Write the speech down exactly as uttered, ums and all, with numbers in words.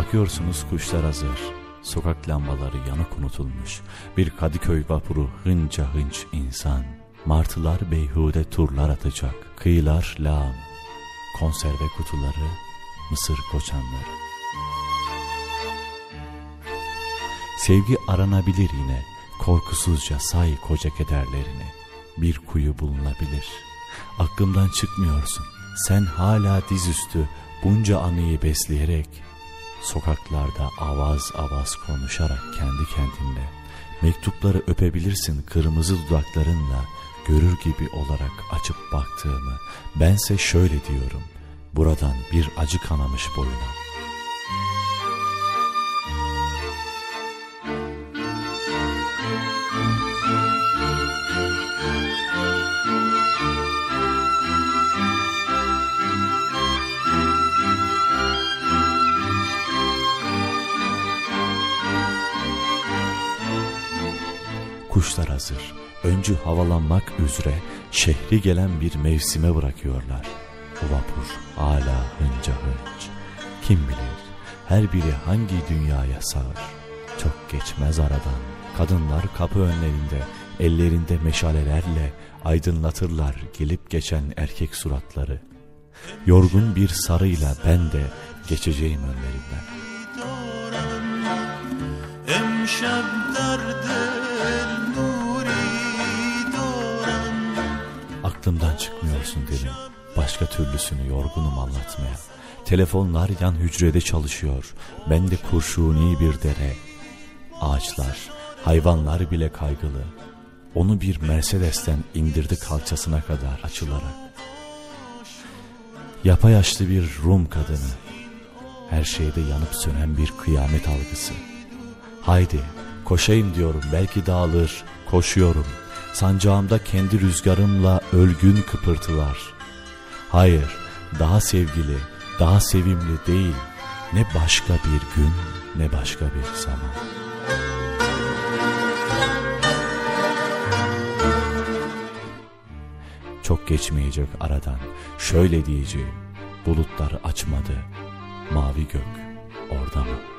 bakıyorsunuz kuşlar hazır. Sokak lambaları yanık unutulmuş. Bir Kadıköy vapuru hınca hınç insan. Martılar beyhude turlar atacak. Kıyılar lağım. Konserve kutuları, mısır koçanları. Sevgi aranabilir yine. Korkusuzca say koca kederlerini. Bir kuyu bulunabilir. Aklımdan çıkmıyorsun. Sen hala dizüstü bunca anıyı besleyerek, sokaklarda avaz avaz konuşarak kendi kendinle, mektupları öpebilirsin kırmızı dudaklarınla, görür gibi olarak açıp baktığımı. Bense şöyle diyorum, buradan bir acı kanamış boyuna. Kuşlar hazır, öncü havalanmak üzere şehri gelen bir mevsime bırakıyorlar. O vapur hala hınca hınç. Kim bilir her biri hangi dünyaya sağır. Çok geçmez aradan. Kadınlar kapı önlerinde, ellerinde meşalelerle aydınlatırlar gelip geçen erkek suratları. Yorgun bir sarıyla ben de geçeceğim önlerinden. Aklımdan çıkmıyorsun dedim. Başka türlüsünü yorgunum anlatmaya. Telefonlar yan hücrede çalışıyor. Ben de kurşuni bir dere. Ağaçlar, hayvanlar bile kaygılı. Onu bir Mercedes'ten indirdi kalçasına kadar açılarak. Yapayaşlı bir Rum kadını. Her şeyde yanıp sönen bir kıyamet algısı. Haydi koşayım diyorum, belki dağılır. Koşuyorum. Sancağımda kendi rüzgarımla ölgün kıpırtılar. Hayır, daha sevgili, daha sevimli değil. Ne başka bir gün, ne başka bir zaman. Çok geçmeyecek aradan şöyle diyeceğim. Bulutları açmadı, mavi gök orada mı?